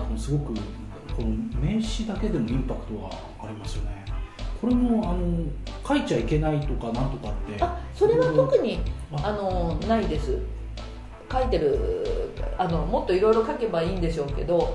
すごくこの名詞だけでもインパクトがありますよね。これも書いちゃいけないとかなんとかって。 それは特にないです。書いてるもっといろいろ書けばいいんでしょうけど、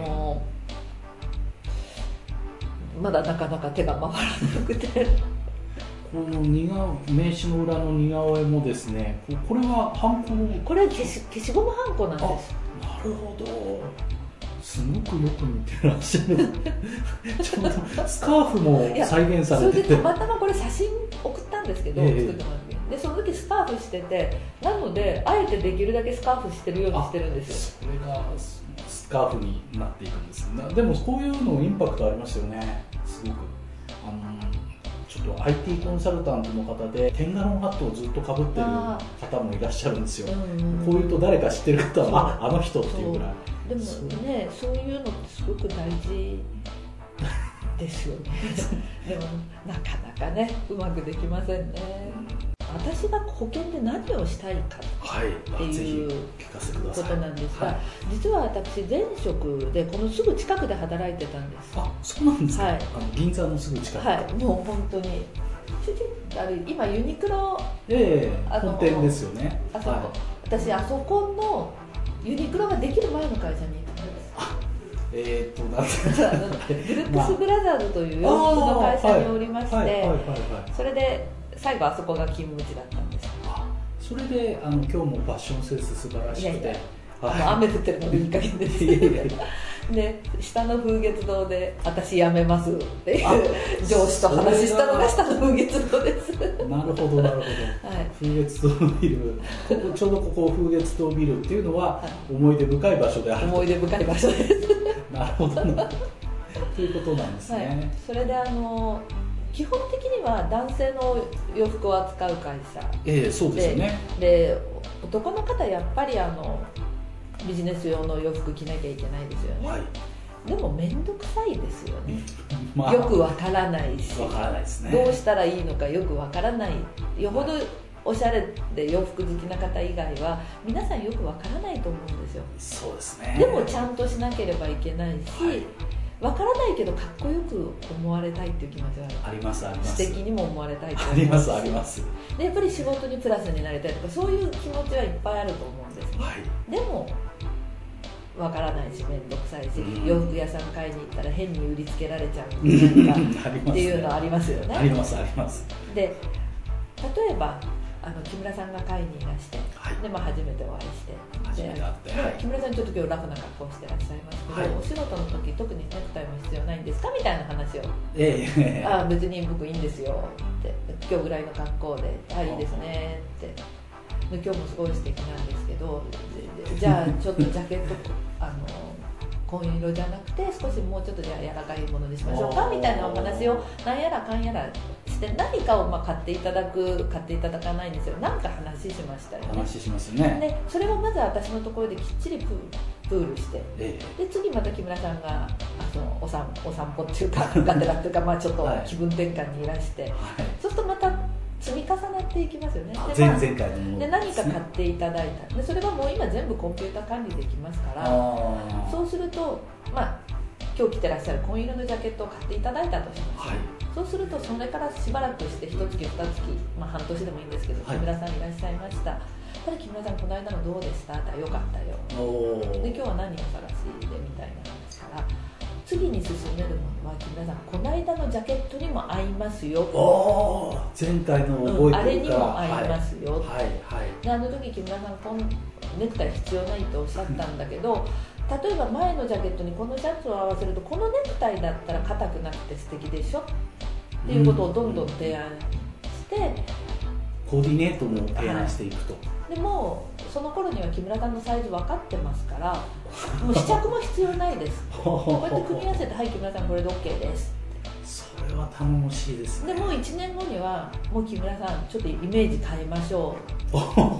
まだなかなか手が回らなくてこの名刺の裏の似顔絵もですね、これはハンコの、 これは消しゴムハンコなんです。 なるほど、すごくよく似てらっしゃるちょっとスカーフも再現されてて、 それでたまたまこれ写真送ったんですけど、作ってもらってでその時スカーフしてて、なのであえてできるだけスカーフしてるようにしてるんですよ。 それがスカーフになっていくんです。でもこういうのインパクトありますよね。すごくちょっと IT コンサルタントの方でテンガロンハットをずっとかぶってる方もいらっしゃるんですよ。こういうと誰か知ってる方はあの人っていうぐらい。 でもね、そういうのってすごく大事ですよねでもなかなかねうまくできませんね。私が保険で何をしたいかっていうことなんですが、実は私前職でこのすぐ近くで働いてたんです。 そうなんですか。はい、銀座のすぐ近く。 はい、もう本当に今ユニクロ、 本店ですよね。 私あそこのユニクロができる前の会社にいたんです。ブルックスブラザーズという洋服の会社におりまして、それで最後あそこが勤務地だったんです。 それで今日もファッションセンス素晴らしくて、 雨降ってるのでいい加減ですで下の風月堂で私辞めますっていう上司と話したのが下の風月堂ですなるほどなるほど、風月堂ビル、ちょうどここ風月堂ビルっていうのは思い出深い場所である。 思い出深い場所ですなるほどなということなんですね。 それで基本的には男性の洋服を扱う会社そうですよね。 で男の方やっぱりビジネス用の洋服着なきゃいけないですよね。でも面倒くさいですよね、よくわからないし、どうしたらいいのかよくわからない。よほどおしゃれで洋服好きな方以外は皆さんよくわからないと思うんですよ。 そうですね。 でもちゃんとしなければいけないし、わからないけどかっこよく思われたいっていう気持ちがあります。あります。 素敵にも思われたいと思います。ありますでやっぱり仕事にプラスになりたいとか、そういう気持ちはいっぱいあると思うんですね。でもわからないし面倒くさいし、洋服屋さん買いに行ったら変に売りつけられちゃう何かっていうのありますよね。 ありますあります。 で例えば木村さんが買いにいらして、で初めてお会いして木村さんちょっと今日ラフな格好をしてらっしゃいますけど、お仕事の時特にネクタイも必要ないんですかみたいな話を、別に僕いいんですよって今日ぐらいの格好でいいですねって今日もすごい素敵なんですけど、じゃあちょっとジャケット紺色じゃなくて少しもうちょっとじゃあ柔らかいものにしましょうかみたいなお話をなんやらかんやらして何かを買っていただかないんですよ。なんか話しましたよね。 話しますね。 でそれをまず私のところできっちりプールして、で次また木村さんがお散歩っていうかガテラっていうかちょっと気分転換にいらして、そうするとまた積み重なっていきますよね。 前々回のもので何か買っていただいたでそれはもう今全部コンピュータ管理できますから、そうすると今日着てらっしゃる紺色のジャケットを買っていただいたとします、そうするとそれからしばらくして1月2月、半年でもいいんですけど、木村さんいらっしゃいました。ただ木村さんこの間のどうでしたってよかったよで今日は何を探しでみたいな話から次に進めるものは木村さんこの間のジャケットにも合いますよ、 前回の覚えてるから、 あれにも合いますよ、であの時木村さんネクタイ必要ないとおっしゃったんだけど、例えば前のジャケットにこのシャツを合わせるとこのネクタイだったら硬くなくて素敵でしょっていうことをどんどん提案してコーディネートも提案していくと、 でもその頃には木村さんのサイズ分かってますからもう試着も必要ないですこうやって組み合わせてはい木村さんこれで OK ですそれは頼もしいですね。 でもう1年後にはもう木村さんちょっとイメージ変えましょう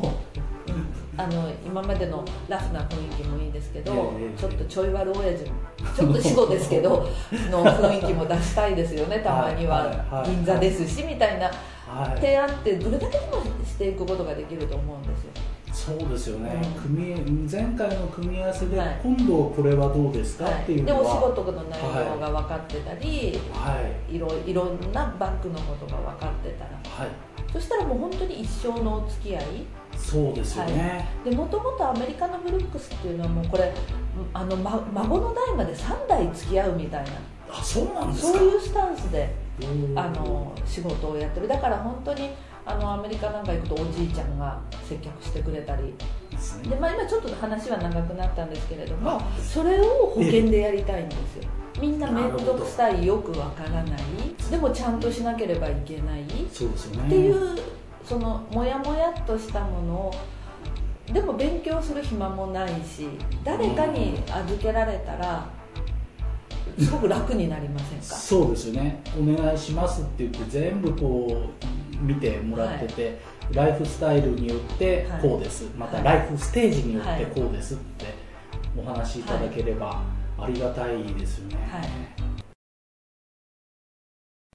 今までのラフな雰囲気もいいですけど、ちょっとちょい悪親父ちょっと死後ですけどの雰囲気も出したいですよねたまには、銀座ですしみたいな提案ってどれだけでもしていくことができると思うんですよ。 そそうですよね、前回の組み合わせで、 はい、 今度これはどうですか、っていうのはでお仕事の内容が分かってたり、いろんなバンクのことが分かってたら、そしたらもう本当に一生のお付き合い。 そうですよね、 でもともとアメリカのブルックスっていうのはもうこれ孫の代まで3代付き合うみたいな、 そうなんですか。 そういうスタンスで仕事をやってる。だから本当にアメリカなんか行くとおじいちゃんが接客してくれたりで、今ちょっと話は長くなったんですけれども、それを保険でやりたいんですよ。みんな面倒くさい、よくわからない、でもちゃんとしなければいけない、 そうですよね、 っていうそのモヤモヤっとしたものを、でも勉強する暇もないし、誰かに預けられたらすごく楽になりませんか。 そうですよね、お願いしますって言って全部こう見てもらってて、ライフスタイルによってこうです、またライフステージによってこうですってお話しいただければありがたいですよね。